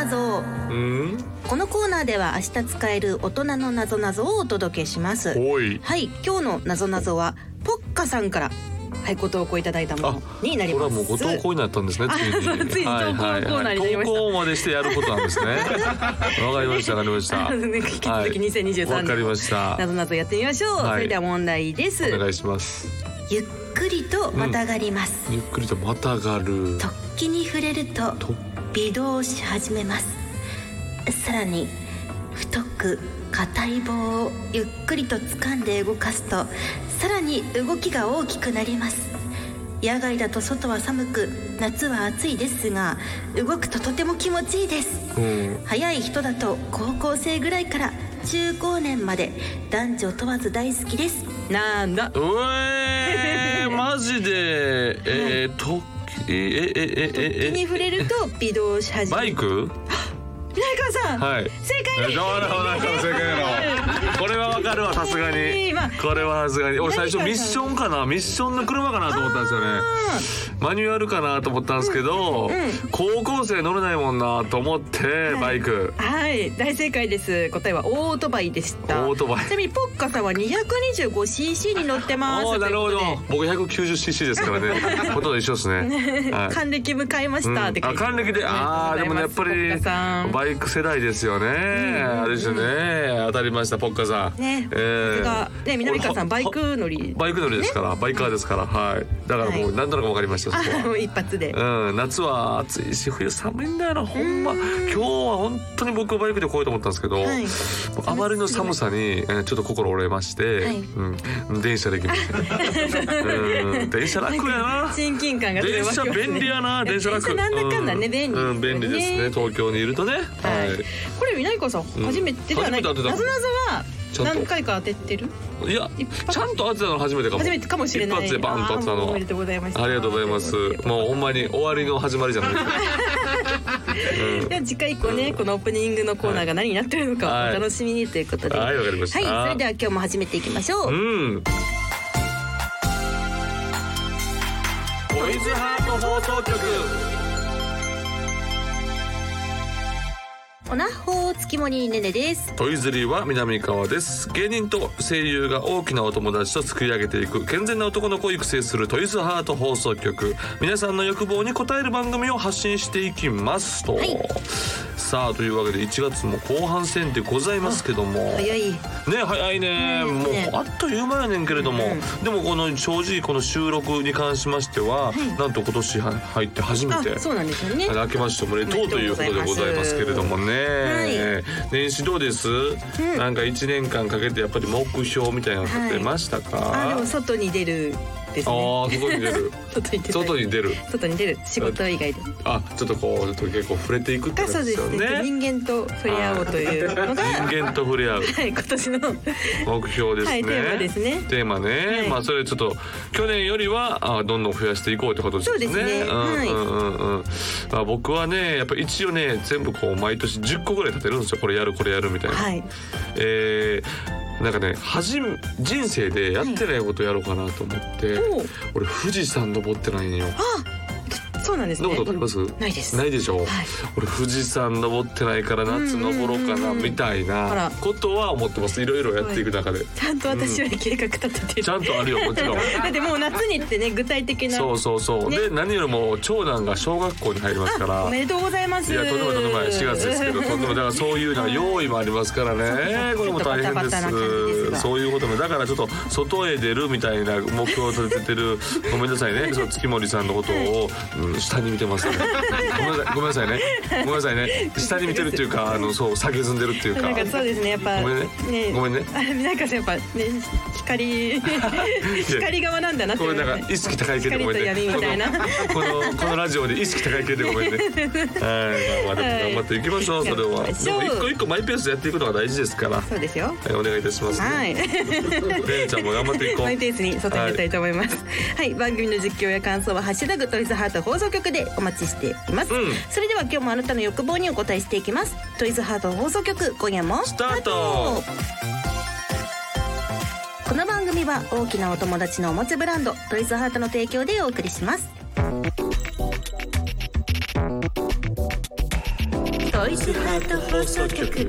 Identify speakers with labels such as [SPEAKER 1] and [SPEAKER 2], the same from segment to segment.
[SPEAKER 1] ぞ。このコーナーでは明日使える大人のなぞなぞをお届けします。はい、今日のなぞなぞはポッカさんからご投稿いただいたものになります。
[SPEAKER 2] これはもうご投稿になったんですね。
[SPEAKER 1] ついに投稿コーナーになりました。
[SPEAKER 2] 投稿までしてやることなんですね。わかりました、わかりました。
[SPEAKER 1] 引き続き2023年のなぞなぞやってみましょう。それでは問題です。
[SPEAKER 2] お願いします。
[SPEAKER 1] ゆっくりとまたがります。
[SPEAKER 2] ゆっくりとまたがる。
[SPEAKER 1] 突起に触れると微動し始めます。さらに太く硬い棒をゆっくりと掴んで動かすとさらに動きが大きくなります。野外だと外は寒く夏は暑いですが動くととても気持ちいいです。早い人だと高校生ぐらいから中高年まで男女問わず大好きです。なんだ
[SPEAKER 2] マジで突
[SPEAKER 1] 起に触れると微動し始める。
[SPEAKER 2] バイク？
[SPEAKER 1] 南川さん、正解です。
[SPEAKER 2] 正解やろ。これはわかるわ、さすがに。これはさすがに。俺最初ミッションかな、ミッションの車かなと思ったんですよね。マニュアルかなと思ったんですけど、高校生乗れないもんなと思ってバイク。
[SPEAKER 1] はい、大正解です。答えはオートバイでした。
[SPEAKER 2] オートバイ。
[SPEAKER 1] ちなみにポッカさんは 225cc に乗ってます。
[SPEAKER 2] なるほど。僕 190cc ですからね。ほとんど一緒ですね。
[SPEAKER 1] 還暦迎えましたって書いて。
[SPEAKER 2] 還暦で、でもねやっぱりバイク世代ですよね。あれですよね。当たりました、ポッカさん。
[SPEAKER 1] ね。南川さんバイク乗り
[SPEAKER 2] ですから、バイカーですから、はい。だからもう何となくわかりました。
[SPEAKER 1] 一発で。
[SPEAKER 2] 夏は暑いし冬寒いんだよな。ほんま今日は本当に僕バイクで来ようと思ったんですけど、あまりの寒さにちょっと心折れまして、電車で行きました。電車楽やな。
[SPEAKER 1] 親近感が出ますよね。
[SPEAKER 2] 電車便利やな。電車楽。
[SPEAKER 1] なんだかんだね、便利。
[SPEAKER 2] 便利ですね。東京にいるとね。
[SPEAKER 1] これ南川さん初めてではない。なぞなぞは何回か当ててる？
[SPEAKER 2] いや、ちゃんと当てたの初めてかも。
[SPEAKER 1] 初めてかもしれない。
[SPEAKER 2] 一発でバンと当てたの。
[SPEAKER 1] おめでとうございます。
[SPEAKER 2] ありがとうございます。もうほんまに終わりの始まりじゃないですか。
[SPEAKER 1] では次回以降ね、このオープニングのコーナーが何になってるのかお楽しみにということで。
[SPEAKER 2] はい、わかりました。
[SPEAKER 1] はい、それでは今日も始めていきましょう。
[SPEAKER 2] トイズハート放送局。
[SPEAKER 1] おなほ月森ねねです。
[SPEAKER 2] トイズリーは南川です。芸人と声優が大きなお友達と作り上げていく健全な男の子を育成するトイズハート放送局。皆さんの欲望に応える番組を発信していきますと、さあというわけで1月も後半戦でございますけども、
[SPEAKER 1] 早い
[SPEAKER 2] ね、もうあっという間やねんけれども、でもこの正直この収録に関しましては、なんと今年入って初めて、
[SPEAKER 1] そうなんですよね。
[SPEAKER 2] 明けましておめでとうということでございますけれどもね。年始どうです？なんか1年間かけてやっぱり目標みたいなの立てましたか？
[SPEAKER 1] でも外に出るですね。
[SPEAKER 2] 外に出る。外に出る。仕事以外で。ちょっとこう結構触れていくってことですよね。そうですね。人間と触れ合おうというのが人間と触れ合う。はい、今年の目標ですね。テーマですね。テーマね。それちょっと去年よりはどんどん増やしていこうってことですね。そうですね。僕はねやっぱ一応ね全部こう毎年10個ぐらい立てるんですよ。これやるみたいな。なんかね人生でやってないことやろうかなと思って、俺富士山登ってないんよ。そうなんですね。登ったことあります？ないです。ないでしょ。俺富士山登ってないから夏登ろうかなみたいなことは思ってます。いろいろやっていく中で。ちゃんと私は計画立ててる。ちゃんとあるよもちろん。だってもう夏にってね具体的な。そうで何よりも長男が小学校に入りますから。おめでとうございます。いやとんでもない4月ですけどとんでもだからそういうの用意もありますからね。これも大変です。そういうこともだからちょっと外へ出るみたいな目標を立ててる。ごめんなさいね。月森さんのことを。下に見てますね。ごめんなさいね。下に見てるっていうか下げずんでるっていうか。なんかそうですねやっぱ。ごめんね。なんかやっぱね光側なんだなって。これなんか意識高い系でごめんね。このラジオで意識高い系でごめんね。はい。でも頑張っていきましょうそれは。でも一個マイペースでやっていくのが大事ですから。そうですよ。お願いいたします。はい。レイちゃんも頑張っていこう。マイペースに外に出たいと思います。はい。番組の実況や感想はハッシュタグトイズハート放送局でお待ちしています。それでは今日もあなたの欲望にお答えしていきます。トイズハート放送局今夜もスタート。この番組は大きなお友達のおもちゃブランドトイズハートの提供でお送りします。ト
[SPEAKER 1] トイズハート放送局。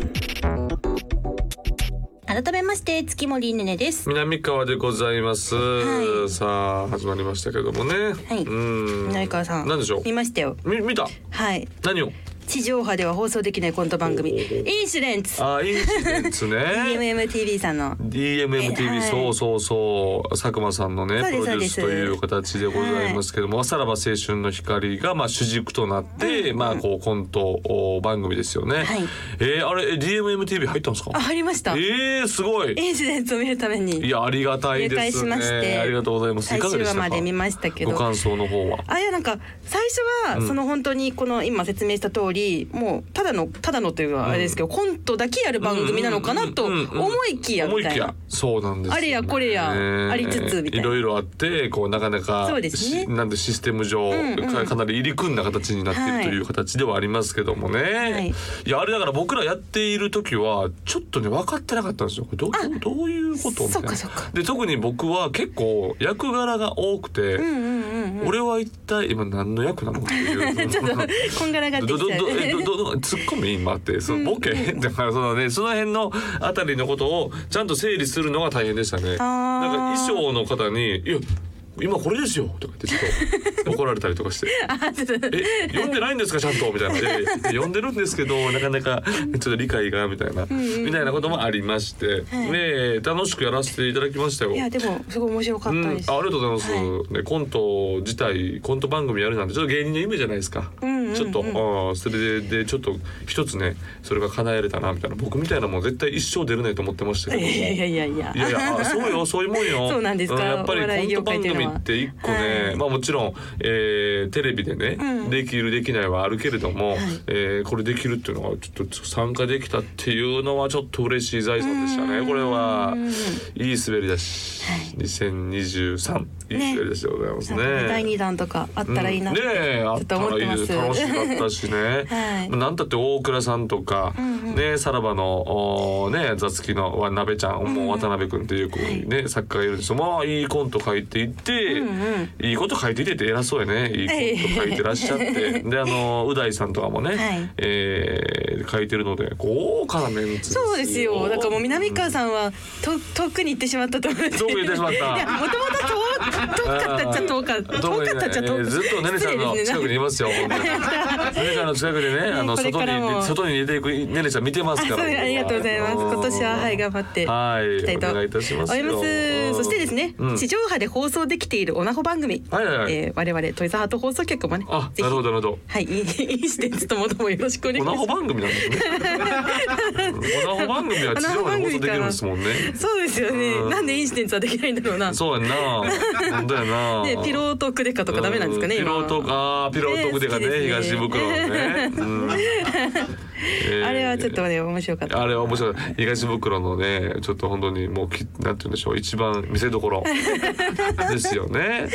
[SPEAKER 1] 改めまして月森ねねです。
[SPEAKER 2] 南川でございます、はい、さあ始まりましたけどもね、
[SPEAKER 1] はい、南川さん
[SPEAKER 2] 何でしょう。
[SPEAKER 1] 見ましたよ。
[SPEAKER 2] 見た。
[SPEAKER 1] はい。
[SPEAKER 2] 何を。
[SPEAKER 1] 地上波では放送できないコント番組インシデンツ。
[SPEAKER 2] インシデンツね
[SPEAKER 1] DMM-TV さんの
[SPEAKER 2] DMM-TV、そう佐久間さんのねプロデュースという形でございますけども、さらば青春の光が主軸となって、こうコント番組ですよね、はい。あれ DMM-TV 入ったんですか。
[SPEAKER 1] 入りました。
[SPEAKER 2] すごい。
[SPEAKER 1] インシデンツを見るために。い
[SPEAKER 2] やありがたいですね。ありがとうございます。
[SPEAKER 1] 最終話まで見ましたけど、
[SPEAKER 2] ご感想の方は。
[SPEAKER 1] いやなんか最初はその本当にこの今説明した通り、もうただのというかあれですけど、コントだけやる番組なのかなと思いきやみたいな。
[SPEAKER 2] そうなんです、ね。
[SPEAKER 1] あれやこれやありつつみたいな。
[SPEAKER 2] いろいろあってこうなかなか
[SPEAKER 1] そうですね。
[SPEAKER 2] なんでシステム上、かなり入り組んだ形になっているという形ではありますけどもね。はい、いやあれだから僕らやっている時はちょっとね分かってなかったんですよ。どういうことみたいな。で特に僕は結構役柄が多くて、俺は一体今何の役なのっていう
[SPEAKER 1] ちょっとこんがらがってきちゃう
[SPEAKER 2] ツッコミ今ってそのボケ、だからその辺のあたりのことをちゃんと整理するのが大変でしたね。なんか衣装の方にいや今これですよとかってちょっと怒られたりとかして読んでないんですかちゃんとみたいなで読んでるんですけどなかなかちょっと理解がみたいなみたいなこともありまして、楽しくやらせていただきましたよ。
[SPEAKER 1] いやでもすごい面白かったです。
[SPEAKER 2] ありがとうございます、ね、コント自体コント番組やるなんてちょっと芸人の夢じゃないですか、ちょっとそれでちょっと一つねそれが叶えれたなみたいな。僕みたいなもん絶対一生出れないと思ってましたけどいやそうよそういうもんよ
[SPEAKER 1] そうなんですか。
[SPEAKER 2] やっぱりコント番組って一個ね、もちろん、テレビでね、できるできないはあるけれども、これできるっていうのはちょっと参加できたっていうのはちょっと嬉しい財産でしたね。これはいい滑り出し、2023いい滑り出しでございますね。
[SPEAKER 1] 第2弾とかあったらいいなってちょっと思ってます。
[SPEAKER 2] 楽しかったしね、なんたって大倉さんとか、さらばの座付きのなべちゃん、もう渡辺君っていう子にね、作家がいるんですよ。いいコント書いていって、いいこと書いていてって偉そうやね。いいこと書いてらっしゃってでう大さんとかもね、書いてるので豪華なメンツですよ。
[SPEAKER 1] そうですよ。だからもう南川さんは遠くに行ってしまったと思って。
[SPEAKER 2] 遠くに行ってしまった。いや
[SPEAKER 1] もともと遠かったっちゃ遠かった
[SPEAKER 2] ずっとねねちゃんの近くにいますよ。ねねちゃんの近くでね外に出ていくねねちゃん見てますから。
[SPEAKER 1] ありがとうございます。今年は頑張っていきたいと思います。そしてですね、地上波で放送できているオナホ番組、我々トイズハート放送局もね、ぜひ
[SPEAKER 2] なるほど
[SPEAKER 1] インシデンツともどもよろしくお願いします。
[SPEAKER 2] オナホ番組なんですね。オナホ番組は地上波で放送できるんですもんね。
[SPEAKER 1] そうですよね。なんでインシデンツはできないんだろうな。
[SPEAKER 2] そうやんな。本当やな。
[SPEAKER 1] でピロートークデカとかダメなんですかね。
[SPEAKER 2] ピロートークデカね、東袋のね。
[SPEAKER 1] あれはちょっとね面白かった。
[SPEAKER 2] あれは面白い。東袋のねちょっと本当にもうなんて言うんでしょう、一番見せ所ですよね。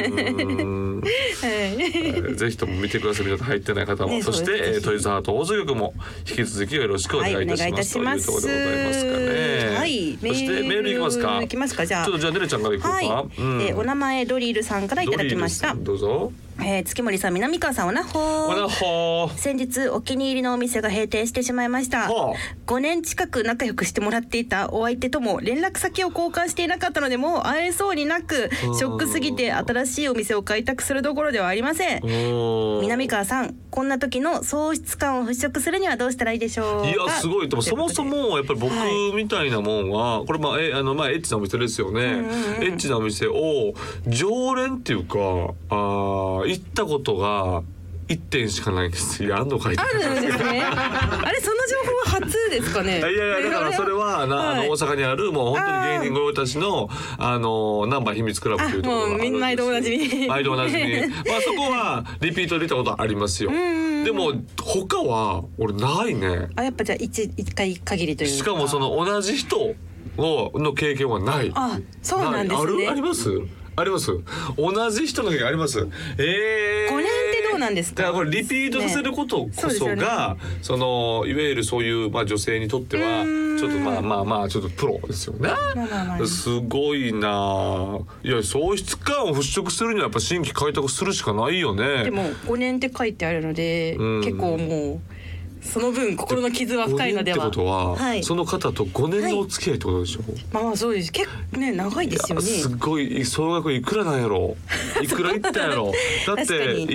[SPEAKER 2] ぜひとも見てください。皆さん入ってない方も、そしてトイズハート放送局も引き続きよろしくお願いいたしますというところでございますかね。はい。そしてメールいきますか。
[SPEAKER 1] いきますか。じゃあ
[SPEAKER 2] ちょっとじゃあねねちゃんからいこうか。
[SPEAKER 1] お名前ドリルさんからいただきました。
[SPEAKER 2] どうぞ。
[SPEAKER 1] 月森さん、南川さん、おなほ。先日お気に入りのお店が閉店してしまいました。5年近く仲良くしてもらっていたお相手とも連絡先を交換していなかったので、もう会えそうになくショックすぎて新しいお店を開拓するどころではありません。南川さん、こんな時の喪失感を払拭するにはどうしたらいいでしょうか。
[SPEAKER 2] いやすごい。でもそもそもやっぱり僕みたいなもんは、これエッチなお店ですよね。エッチなお店を常連っていうか行ったことが1点しかないです。あんのかい。
[SPEAKER 1] あるんですね。あれその情報は初ですかね。
[SPEAKER 2] いやだからそれは大阪にあるもう本当に芸人御用達のナンバー秘密クラブというところがあるんですよ。毎度おなじみ。そこはリピートで出たことありますよ。でも他は俺ないね。
[SPEAKER 1] やっぱじゃあ一回限りというか。
[SPEAKER 2] しかもその同じ人の経験はない。
[SPEAKER 1] そうなんですね。
[SPEAKER 2] あります。同じ人の時あります。5
[SPEAKER 1] 年ってどうなんですか。
[SPEAKER 2] だからこれリピートさせることこそが、そのいわゆるそういう女性にとってはちょっとちょっとプロですよね。すごいな。いや喪失感を払拭するにはやっぱ新規開拓するしかないよね。
[SPEAKER 1] でも5年って書いてあるので、結構もうその分心の傷は深いのでは。
[SPEAKER 2] 5年ってことは、
[SPEAKER 1] はい、
[SPEAKER 2] その方と5年のお付き合いってことでしょ。
[SPEAKER 1] まあそうです。結構ね長いですよね。
[SPEAKER 2] すごい総額いくらなんやろ。いくらいったやろ。だって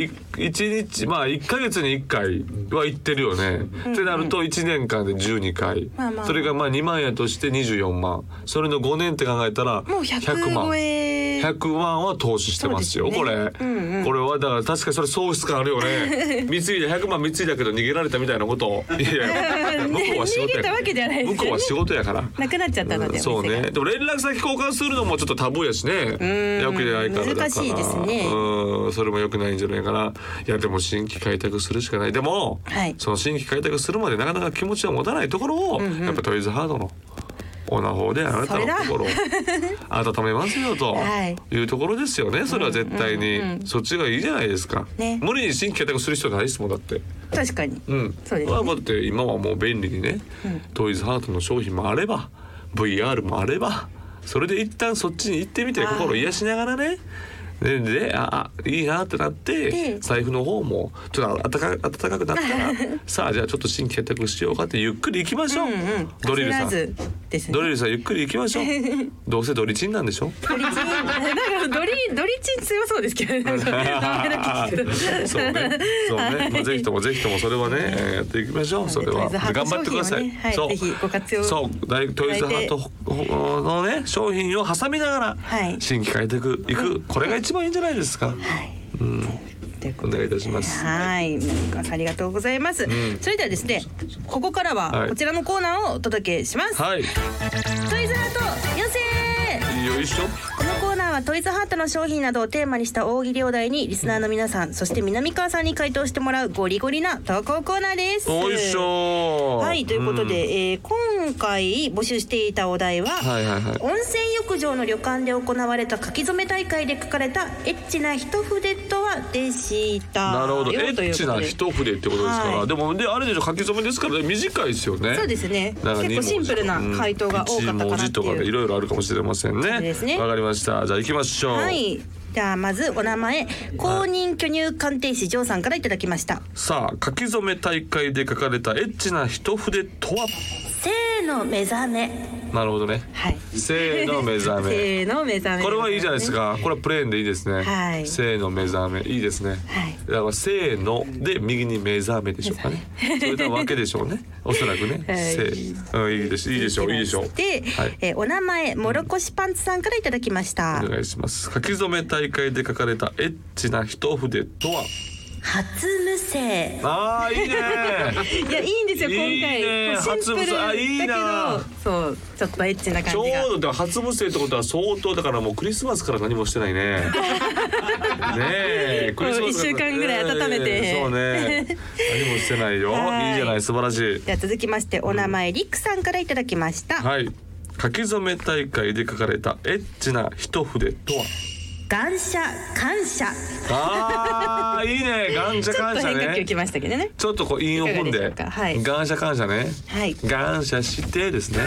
[SPEAKER 2] 1日まあ1ヶ月に1回は行ってるよね。ってなると1年間で12回、それがまあ2万円として24万。それの5年って考えたら
[SPEAKER 1] もう100万。
[SPEAKER 2] 100万は投資してますよ、これ、これはだから確かにそれ喪失感あるよね。貢いで100万貢いだけど逃げられたみたいなこと。いや向こうは仕事やから。向こうは仕事やから
[SPEAKER 1] なくなっちゃったので。
[SPEAKER 2] そうね。でも連絡先交換するのもちょっとタブーやしね。よくないからだから。
[SPEAKER 1] 難しいですね。
[SPEAKER 2] それも良くないんじゃないかな。いやでも新規開拓するしかない。でも、その新規開拓するまでなかなか気持ちは持たないところを、やっぱトイズハードのオーナー方であなたのところを温めますよというところですよね。それは絶対にそっちがいいじゃないですか。無理に新規開拓する必要ないですもんだって。
[SPEAKER 1] 確かに。そうですね。
[SPEAKER 2] だって今はもう便利にね、トイズハートの商品もあれば VR もあれば、それで一旦そっちに行ってみて心癒しながらね。でいいなってなって財布の方もちょっと暖かくなったらさあじゃあちょっと新規開拓しようかってゆっくり行きましょう。ドリルさん、ドリルさんゆっくり行きましょう。どうせドリチンなんでしょ。ドリチンなんか
[SPEAKER 1] ドリチン強そうですけどね。
[SPEAKER 2] そうね、まあぜひともそれはねやっていきましょう。それは頑張ってください。
[SPEAKER 1] そうぜひご活用。
[SPEAKER 2] そうトイズハートのね商品を挟みながら新規開拓行く、これが一番いいんじゃないですか。お願いいたします。
[SPEAKER 1] はい、皆さんありがとうございます。それではですね、ここからはこちらのコーナーをお届けします。トイズハートよせ。
[SPEAKER 2] よいしょ。
[SPEAKER 1] このコーナーはトイズハートの商品などをテーマにした大喜利お題にリスナーの皆さん、そして南川さんに回答してもらうゴリゴリな投稿コーナーです。
[SPEAKER 2] よいしょ。
[SPEAKER 1] はい、ということで、今回募集していたお題は、温泉浴場の旅館で行われた書き初め大会で書かれたエッチな一筆とはでした。
[SPEAKER 2] なるほど、エッチな一筆ってことですから、でもあれでしょ、書き初めですから、短いですよね。
[SPEAKER 1] そうですね。結構シンプルな回答が多かったかなっていう。1文字とかい
[SPEAKER 2] ろいろあるかもしれませんね。わかりました。じゃあ行きましょう。
[SPEAKER 1] はい。じゃあまずお名前、公認巨乳鑑定士ジョーさんからいただきました。
[SPEAKER 2] さあ書き初め大会で書かれたエッチな一筆とは。
[SPEAKER 1] 性の目覚め。
[SPEAKER 2] なるほどね。性の目覚め。
[SPEAKER 1] 性の目覚め。
[SPEAKER 2] これはいいじゃないですか。これはプレーンでいいですね。性の目覚めいいですね。だから性ので右に目覚めでしょうかね。それとはわけでしょうね。おそらくね。性、いいでしょう。
[SPEAKER 1] で、お名前もろこしパンツさんからいただきました。
[SPEAKER 2] お願いします。書き初め大会で書かれたエッチな一筆とは。
[SPEAKER 1] 初無声。
[SPEAKER 2] ああいいね。
[SPEAKER 1] いやいいんですよ今回。
[SPEAKER 2] 初無声いいな。
[SPEAKER 1] そうちょっとエッチな感じが。
[SPEAKER 2] ちょうど初無声ってことは相当だからもうクリスマスから何もしてないね。ねえクリスマス
[SPEAKER 1] 1週間ぐらい温めて。
[SPEAKER 2] そうね。何もしてないよ。いいじゃない素晴らしい。
[SPEAKER 1] では続きましてお名前リックさんからいただきました。
[SPEAKER 2] はい。書き初め大会で書かれたエッチな一筆とは。
[SPEAKER 1] 感謝感謝。
[SPEAKER 2] ああいいね。感謝感謝ね。ちょっと
[SPEAKER 1] 変化球きましたけどね。
[SPEAKER 2] ちょっとこう韻を踏んで。感謝感謝ね。感謝してですね。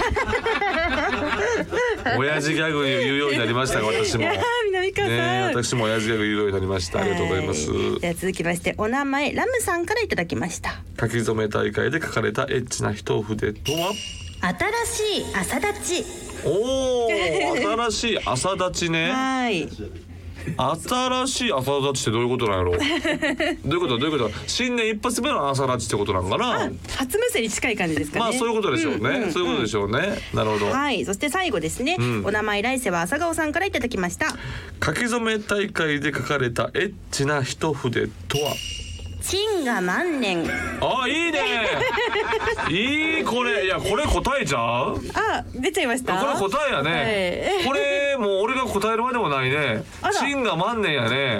[SPEAKER 2] 親父ギャグ言うようになりましたが私も。
[SPEAKER 1] 南川さん。
[SPEAKER 2] 私も親父ギャグ言うようになりました。ありがとうございます。
[SPEAKER 1] では続きましてお名前ラムさんからいただきました。
[SPEAKER 2] 書き初め大会で書かれたエッチな一筆とは。
[SPEAKER 1] 新しい朝立ち。
[SPEAKER 2] おお新しい朝立ちね。
[SPEAKER 1] はい。
[SPEAKER 2] 新しい朝立ちってどういうことなんやろ。どういうこと新年一発目の朝立ちってことなんかな。
[SPEAKER 1] 初無声に近い感じですかね。
[SPEAKER 2] まあそういうことでしょうね。そういうことでしょうね。なるほど。
[SPEAKER 1] はい。そして最後ですね。お名前来世は朝顔さんからいただきました。
[SPEAKER 2] 書き初め大会で書かれたエッチな一筆とは。
[SPEAKER 1] 陳が万年。
[SPEAKER 2] あいいね。いいこれいやこれ答えちゃう。
[SPEAKER 1] あ出ちゃいました。
[SPEAKER 2] これ答えやね。これもう俺が答えるまでもないね。陳が万年やね。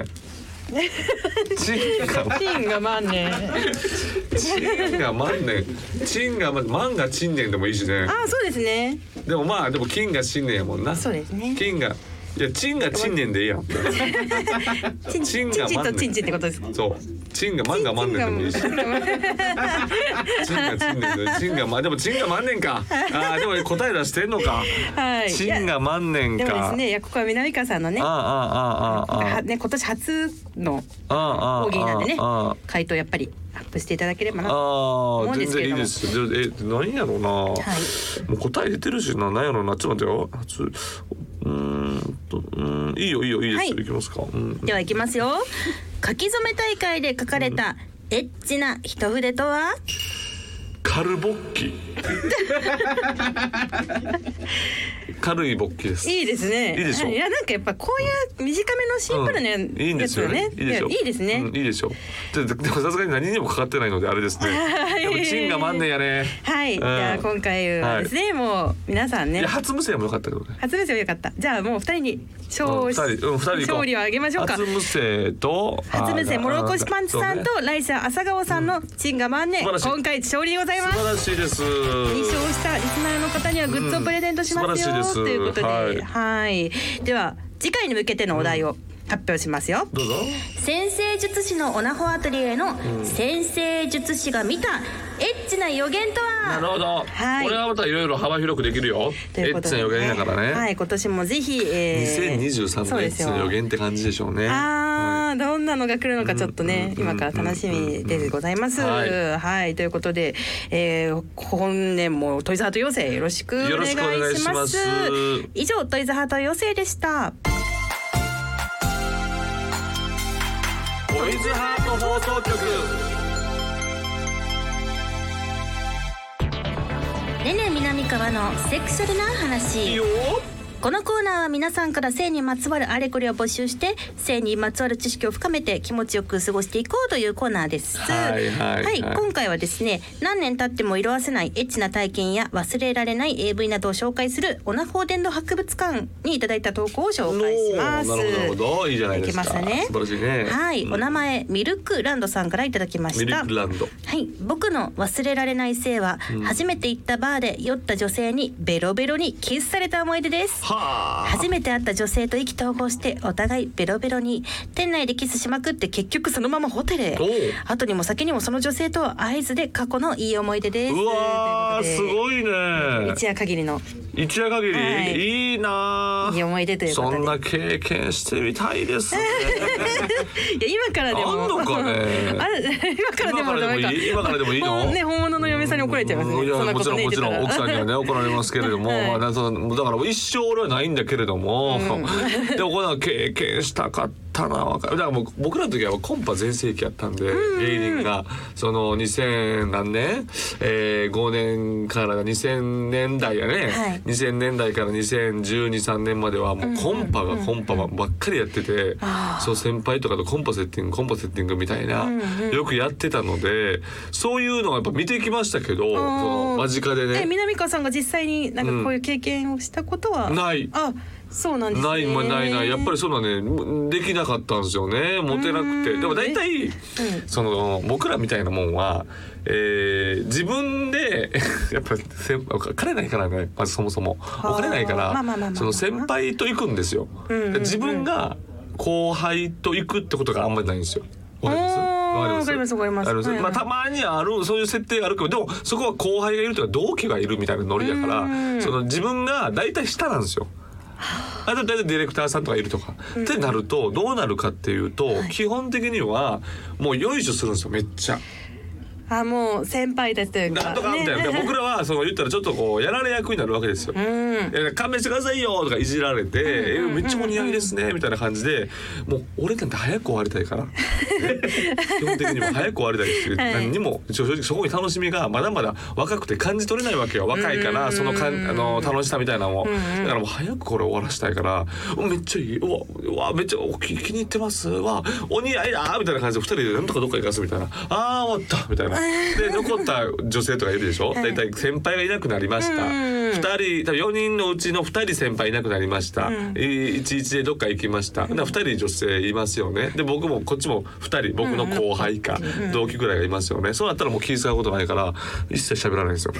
[SPEAKER 1] 陳が万年。
[SPEAKER 2] 陳が万年。陳が万が陳年でもいいしね。
[SPEAKER 1] あそうですね。
[SPEAKER 2] でもまあでも金が新年やもんな。
[SPEAKER 1] そうですね。
[SPEAKER 2] 金がいやチンがチンねんでいいやん。
[SPEAKER 1] チンとチンチンってことですか。
[SPEAKER 2] そうチンがマンがマンねんでもいいし。チンがチンねんでチンがでもチンがマンねんか。あでも答え出してんのか。はい。チンがマンねんか。
[SPEAKER 1] でもですね、いやここは南川さんのね。ね今年初の大喜利なんでね。回答やっぱりアップしていただければなと思うんですけれども。
[SPEAKER 2] 全然いいです。何やろうな。はい。もう答え出てるしな。何やろうな。ちょっと待ってよ。いいよいいです、はい、いきますか、
[SPEAKER 1] では行きますよ。書き初め大会で書かれたエッチな一筆とは？
[SPEAKER 2] カルボッキ。軽い勃起です。
[SPEAKER 1] いいですね。
[SPEAKER 2] いいでしょ。
[SPEAKER 1] いやなんかやっぱこういう短めのシンプルなやつよね。いいですね。
[SPEAKER 2] いいでしょ。でもさすがに何にもかかってないのであれですね。でもチンが万年やね。
[SPEAKER 1] はい。じゃあ今回はですね、もう皆さんね。
[SPEAKER 2] 初無声も良かったけどね。
[SPEAKER 1] 初無声も良かった。じゃあもう2人に勝利をあげましょうか。
[SPEAKER 2] 初無声と
[SPEAKER 1] 初無声もろこしパンチさんと来世朝顔さんのチンが万年、今回勝利でございます。
[SPEAKER 2] 素晴らしいです。
[SPEAKER 1] 2勝したリスナーの方にはグッズをプレゼントしますよ、ということで、はい。では次回に向けてのお題を発表しますよ。
[SPEAKER 2] どうぞ。
[SPEAKER 1] 先生術師のオナホアトリエの先生術師が見たエッチな予言とは。
[SPEAKER 2] なるほど、はい、これはまたいろいろ幅広くできるよ。エッチな予言だからね。
[SPEAKER 1] はい、今年もぜひ、
[SPEAKER 2] 2023年エッチな予言って感じでしょうね。
[SPEAKER 1] どんなのが来るのかちょっとね、今から楽しみでございます。はい、ということで、本年もトイズハート養成よろしくお願いします。以上トイズハート養成でした。
[SPEAKER 2] トイズハート放送局。
[SPEAKER 1] ねね南川のセクシャルな話。
[SPEAKER 2] いいよ。
[SPEAKER 1] このコーナーは皆さんから性にまつわるあれこれを募集して性にまつわる知識を深めて気持ちよく過ごしていこうというコーナーです。はい、今回はですね、何年経っても色あせないエッチな体験や忘れられない AV などを紹介するオナホー伝道博物館にいただいた投稿を紹介します。
[SPEAKER 2] なるほど、いいじゃないですか。
[SPEAKER 1] いけますね。
[SPEAKER 2] 素晴らしいね。
[SPEAKER 1] はい、お名前ミルクランドさんからいただきました。
[SPEAKER 2] ミルクランド。
[SPEAKER 1] はい、僕の忘れられない性は、初めて行ったバーで酔った女性にベロベロにキスされた思い出です。初めて会った女性と意気投合してお互いベロベロに店内でキスしまくって、結局そのままホテルへ。後にも先にもその女性とは会えずで過去のいい思い出です。
[SPEAKER 2] うわー、すごいね。
[SPEAKER 1] 一夜限りの。
[SPEAKER 2] 一夜限り、はい、いいな。
[SPEAKER 1] いい思い出ということで。
[SPEAKER 2] そんな経験してみたいですね。
[SPEAKER 1] いや今からでも。
[SPEAKER 2] あんのかね。
[SPEAKER 1] 今からでもいいの？ね、本物の嫁さんに怒られちゃいますね。
[SPEAKER 2] いやもちろん奥さんにはね怒られますけれども、だから一生俺はないんだけれども、でもこれは経験したかったな。だからもう僕らの時はコンパ全盛期やったんで、芸人がその2000何年、5年から2000年代やね、はい、2000年代から2012、3年まではもうコンパばっかりやってて、そう先輩とかとコンパセッティングみたいな、よくやってたので、そういうのはやっぱ見てきましたけど、その間近でね。
[SPEAKER 1] 南川さんが実際になんかこういう経験をしたことは、
[SPEAKER 2] ない。
[SPEAKER 1] そうなんですね。
[SPEAKER 2] ないやっぱりそうだね、できなかったんですよね、モテなくて。でも大体その僕らみたいなもんは、自分でやっぱお金ないからね、まずそもそもお金ないから、その先輩と行くんですよ。自分が後輩と行くってことがあんまりないんですよ。わかります。まあたまにあるそういう設定があるけど、でもそこは後輩がいるとか同期がいるみたいなノリだから、その自分が大体下なんですよ。だいたいディレクターさんとかいるとか、ってなるとどうなるかっていうと、基本的にはもうよいしょするんですよ、めっちゃ。
[SPEAKER 1] もう先輩たちというか
[SPEAKER 2] なんとかみたいな、僕らはその言ったらちょっとこうやられ役になるわけですよ。勘弁してくださいよとかいじられて、めっちゃお似合いですねみたいな感じで、もう俺なんて早く終わりたいから基本的にも早く終わりたいっていう、何にも正直そこに楽しみがまだまだ若くて感じ取れないわけよ。若いからその楽しさみたいなのも、だからもう早くこれ終わらしたいから、めっちゃいい、うわめっちゃ気に入ってますわ、お似合いだみたいな感じで2人でなんとかどっか行かすみたいな、終わったみたいなで残った女性とかいるでしょ。だいたい先輩がいなくなりました。2人4人のうちの2人先輩いなくなりました。11でどっか行きました。2人女性いますよね。で僕もこっちも2人僕の後輩か同期ぐらいがいますよね。そうなったらもう気遣うことないから一切喋らないんですよ。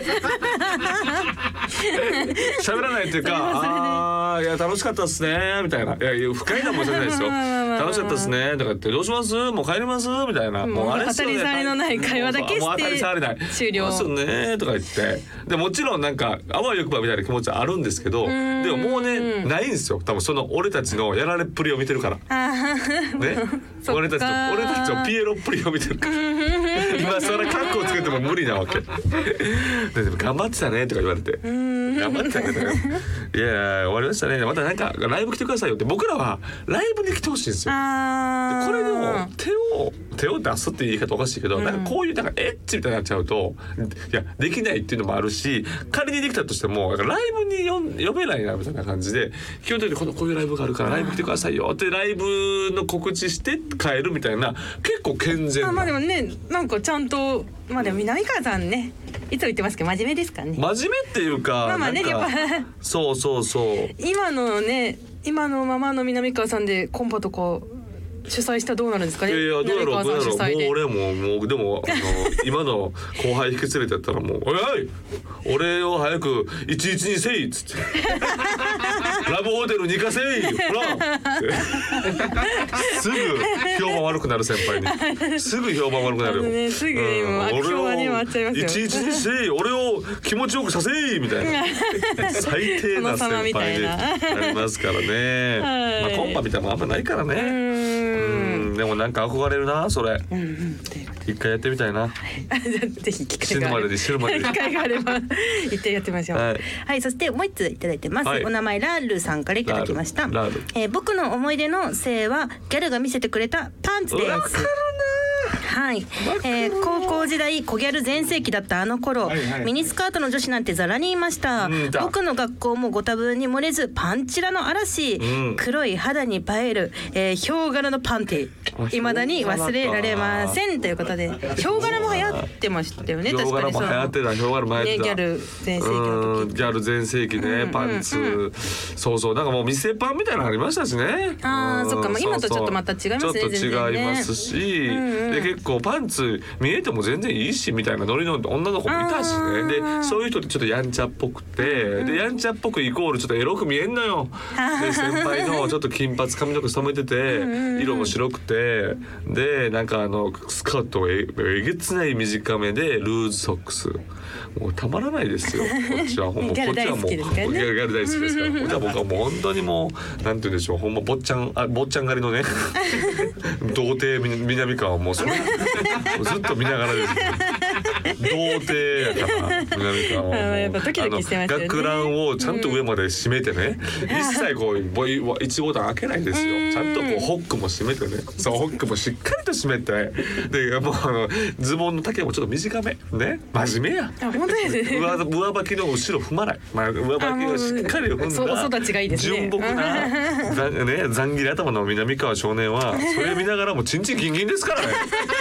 [SPEAKER 2] 喋らないっていうか、いや楽しかったっすねみたいな、いや深いなもしれないですよ。楽しかったっすねとか言って、どうしますもう帰りますみたいな、もうあれっすよね、
[SPEAKER 3] 当たり障りのない会話だけして
[SPEAKER 2] もう当たり障りない
[SPEAKER 3] 終了
[SPEAKER 2] そうっすねとか言って、でもちろんなんかあわよくばみたいな気持ちはあるんですけど、でももうねないんですよ。多分その俺たちのやられっぷりを見てるからね、俺たちのピエロっぷりを見てるから今それカッコをつけても無理なわけでも頑張ってたねとか言われて、頑張ってたねとかいや終わりましたね、またなんかライブ来てくださいよって。僕らはライブに来てほしいんですよ。でこれの手を出すっていう言い方おかしいけど、なんかこういうなんかエッチみたいになっちゃうといやできないっていうのもあるし、仮にできたとしてもライブに呼べないなみたいな感じで、基本的にこういうライブがあるからライブ来てくださいよってライブの告知して帰るみたいな、結構健全な。
[SPEAKER 3] まあでもね、なんかちゃんとまあでも南川さんね、いつも言ってますけど真面目ですからね。
[SPEAKER 2] 真面目っていうか、
[SPEAKER 3] まあね、やっぱ
[SPEAKER 2] そう
[SPEAKER 3] 今のままの南川さんでコンパとか主催したらどうなるんですかね。
[SPEAKER 2] いやどうやろうもう俺もうでも今の後輩引き連れてやったらもうおい俺を早く11にせいっつってラブホテルに行かせいほらすぐ評判悪くなる先輩にすぐ評判悪くなるよ、
[SPEAKER 3] ね、すぐ今悪評はね回っちゃいますよ。
[SPEAKER 2] 11にせい俺を気持ちよくさせいみたいな最低な先輩になりますからねまあコンパみたいなのもあんまないからね。でもなんか憧れるなそれ、一回やってみたいな。
[SPEAKER 3] ぜひ機会があれば一回やってみましょう。はい、そしてもう一ついただいてます。お名前ラールさんからいただきました。僕の思い出の性はギャルが見せてくれたパンツです。わかるな。はい、高校時代小ギャル全盛期だったあの頃、ミニスカートの女子なんてザラにいました。僕の学校もご多分に漏れずパンチラの嵐、黒い肌に映える、ヒョウ柄のパンティ未だに忘れられませんということで、ヒョウ柄も流行ってましたよね。確かにそう。
[SPEAKER 2] ヒョウ柄も流行ってた。ヒョウ柄も流行ってた。
[SPEAKER 3] ギャル全盛期の時。
[SPEAKER 2] ギャル全盛期ね、パンツ、そうなんかもう店パンみたいなのありましたしね。
[SPEAKER 3] そっか、今とちょっとまた違いますね。
[SPEAKER 2] ちょっと違いますし、で結構パンツ見えても全然いいしみたいなノリの女の子もいたしね。でそういう人ってちょっとやんちゃっぽくて、でやんちゃっぽくイコールちょっとエロく見えんのよ。で先輩のちょっと金髪髪の毛染めてて色も白くて、でなんかスカートがえげつない短めでルーズソックス、もうたまらないですよ。こっちはほんま
[SPEAKER 3] ギャル大好きですからね。
[SPEAKER 2] ギャル大好きですから。じゃあ僕はもう本当にもうなんて言うんでしょう、ほんま坊ちゃん狩りのね童貞南川はもうそれずっと見ながらですね。童貞やから南川は
[SPEAKER 3] やっぱドキドキしてますよね。
[SPEAKER 2] 学ランをちゃんと上まで締めてね、一切こう1ボタン開けないんですよ。ちゃんとこうホックも締めてね、そうホックもしっかりと締めて、でもうズボンの丈もちょっと短めね、真面目や。
[SPEAKER 3] 本当ですね。
[SPEAKER 2] 上履きの後ろ踏まない、上履きをしっかり踏んだ
[SPEAKER 3] お育ちがいいですね。
[SPEAKER 2] 純朴なざん切り頭の南川少年はそれ見ながらもチンチンギンギンですからね。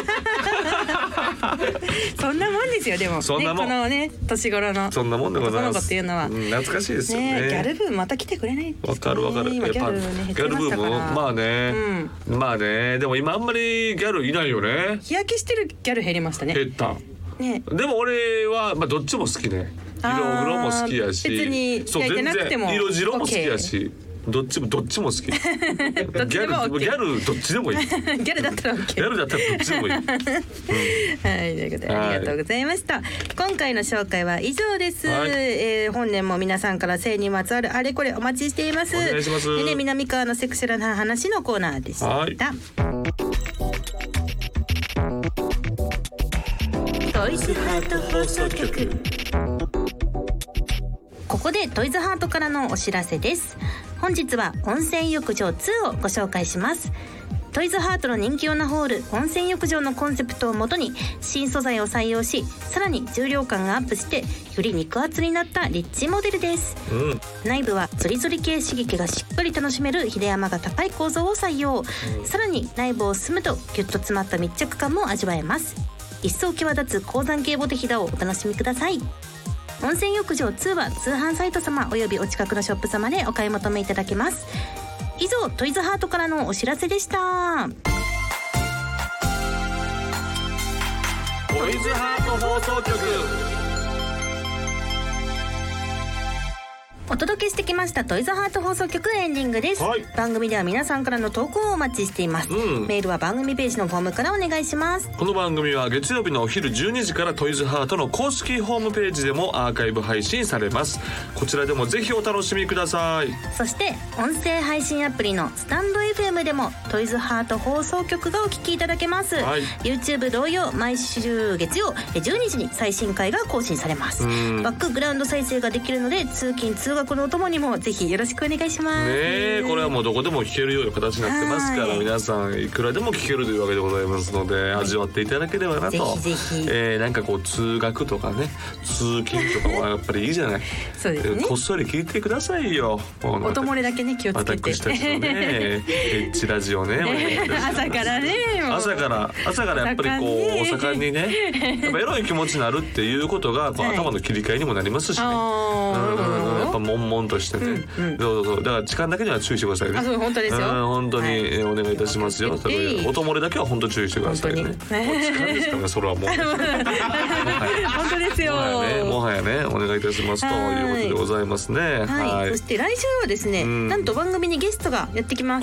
[SPEAKER 3] そんなもんですよ。でも
[SPEAKER 2] そんなもん、
[SPEAKER 3] このね年頃の
[SPEAKER 2] そんなもんでございます。
[SPEAKER 3] 男の子っていうのは
[SPEAKER 2] 懐かしいですよね。
[SPEAKER 3] ギャルブームまた来てくれないですかね。
[SPEAKER 2] わかる。
[SPEAKER 3] 今ギャル
[SPEAKER 2] ブームまあね、でも今あんまりギャルいないよね。
[SPEAKER 3] 日焼けしてるギャル減りましたね。
[SPEAKER 2] 減ったね。でも俺はまあどっちも好きね。色も好きやし、
[SPEAKER 3] 別に焼いてなくても
[SPEAKER 2] 色白も好きやし、どっちも好き。ギャルどっちでもいい。ギ
[SPEAKER 3] ャルだったら OK。
[SPEAKER 2] ギャルだったらどっちでもいい。はい、
[SPEAKER 3] ということでありがとうございました。今回の紹介は以上です。本年も皆さんから性にまつわるあれこれお待ちしています。
[SPEAKER 2] お願いします。
[SPEAKER 3] でね、南川のセクシュラルな話のコーナーでした。トイズハート放送局。ここでトイズハートからのお知らせです。本日は温泉浴場2をご紹介します。トイズハートの人気オナホール温泉浴場のコンセプトをもとに新素材を採用し、さらに重量感がアップしてより肉厚になったリッチモデルです、内部はゾリゾリ系刺激がしっかり楽しめる秀山が高い構造を採用、さらに内部を進むとギュッと詰まった密着感も味わえます。
[SPEAKER 1] 一層際立つ鉱山系ボテヒダをお楽しみください。温泉浴場2は通販サイト様およびお近くのショップ様でお買い求めいただけます。以上トイズハートからのお知らせでした。
[SPEAKER 2] トイズハート放送局、
[SPEAKER 1] お届けしてきましたトイズハート放送局エンディングです、はい、番組では皆さんからの投稿をお待ちしています、メールは番組ページのフォームからお願いします。
[SPEAKER 2] この番組は月曜日のお昼12時からトイズハートの公式ホームページでもアーカイブ配信されます。こちらでもぜひお楽しみください。
[SPEAKER 1] そして音声配信アプリのスタンド FM でもトイズハート放送局がお聞きいただけます、はい、YouTube 同様毎週月曜12時に最新回が更新されます。バックグラウンド再生ができるので通勤通学のお供にもぜひよろしくお願いします
[SPEAKER 2] ね。これはもうどこでも聞けるような形になってますから、皆さんいくらでも聞けるというわけでございますので、味わっていただければなと。
[SPEAKER 1] ぜひぜひ、
[SPEAKER 2] なんかこう通学とかね通勤とかはやっぱりいいじゃない
[SPEAKER 1] そうですね、
[SPEAKER 2] こっそり聞いてくださいよ。
[SPEAKER 1] おともれだけね気をつけて、
[SPEAKER 2] 私たちのねエッチラジオね
[SPEAKER 1] 朝からね
[SPEAKER 2] 朝からやっぱりこうお盛んにねやっぱエロい気持ちになるっていうことがこう、頭の切り替えにもなりますしね、やっぱ悶々としてね、そうだから時間だけには注意してくださいね。
[SPEAKER 1] そう本当ですよ、
[SPEAKER 2] 本当に、お願いいたしますよ。おともれだけは本当注意してくださいね。時間ですからね、それはもう
[SPEAKER 1] 本当ですよ、
[SPEAKER 2] もはやねお願いいたしますということでございますね。
[SPEAKER 1] はい、そして来週はですね、なんと番組にゲストがやってきます。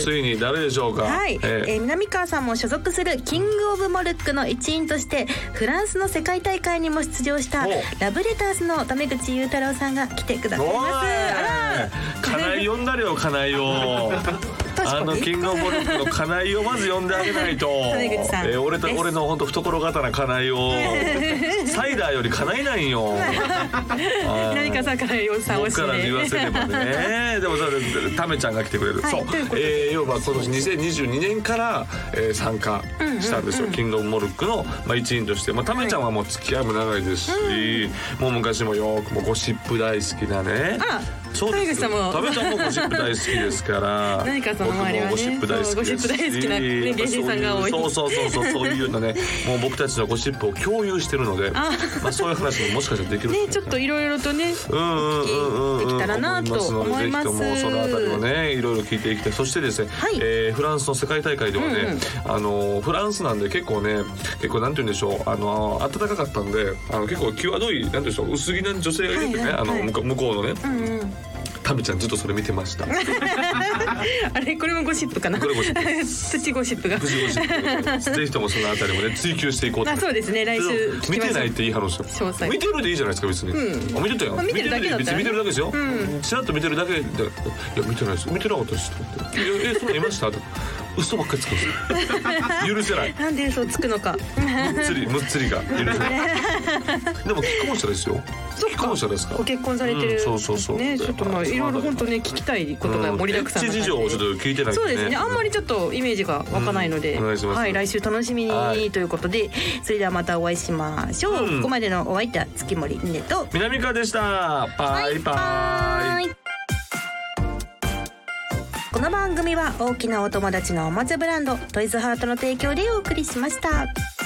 [SPEAKER 2] ついに誰でしょうか。
[SPEAKER 1] はい、南川さんも所属するキングオブモルックの一員としてフランスの世界大会にも出場したラブレターズの為口裕太郎さんが来てくださいます。
[SPEAKER 2] 金井呼んだれよ、金井をキングオブモルックの金井をまず呼んであげないと俺の本当懐刀金井をサイダーより金井ないよ
[SPEAKER 1] 何かさ金井さん
[SPEAKER 2] 僕から言わせればねでもタメちゃんが来てくれる、そう要は今年2022年から参加したんですよ、キングオブモルックの一員として。タメちゃんはもう付き合いも長いですし、もう昔もよくもうゴシップ大好きなね。そうです。タメちゃんもゴシップ大好きですから
[SPEAKER 1] 何かその周りはね、
[SPEAKER 2] ゴシップ大好きですし、
[SPEAKER 1] ゴシップ大好きな芸人さんが多い。
[SPEAKER 2] そういうのね、もう僕たちのゴシップを共有してるので、そういう話ももしかしたらできるね。
[SPEAKER 1] ちょっといろいろとねできたらなと思います。
[SPEAKER 2] ぜひともそのあたりをねいろいろ聞いていきたい。そしてですね、フランスの世界大会ではね、フランスなんで結構なんて言うんでしょう、暖かかったんで結構際どいなんでしょう、薄着な女性がいるんでね、向こうのね。タメちゃんずっとそれ見てました
[SPEAKER 1] あれこれもゴシップかな。これゴシッププチゴシップが
[SPEAKER 2] ぜひともそのあたりもね追求していこうと。
[SPEAKER 1] そうですね、来週
[SPEAKER 2] 見てないって言い張るんですよ。見てるでいいじゃないですか別に。見てたよ、見てるだけだったら見てるだけですよ。ちらっと見てるだけで、いや見てないです、見てなかったですってそんな見ましたと嘘ばっかりつくんですよ許せない。
[SPEAKER 1] なんで嘘つくのか
[SPEAKER 2] むっつりが許せないでも既婚者ですよ。既婚者ですか。
[SPEAKER 1] ご結婚されてる。
[SPEAKER 2] そう
[SPEAKER 1] ね、ちょっといろいろ本当ね聞きたいことが盛りだくさんな
[SPEAKER 2] 事情をちょっと聞いてないんでね。
[SPEAKER 1] そうですね、あんまりちょっとイメージが湧かないので、はい、来週楽しみにということで、それではまたお会いしましょう。ここまでのお相手は月森ねねと
[SPEAKER 2] 南川でした。バイバイ。
[SPEAKER 1] この番組は大きなお友達のおもちゃブランドトイズハートの提供でお送りしました。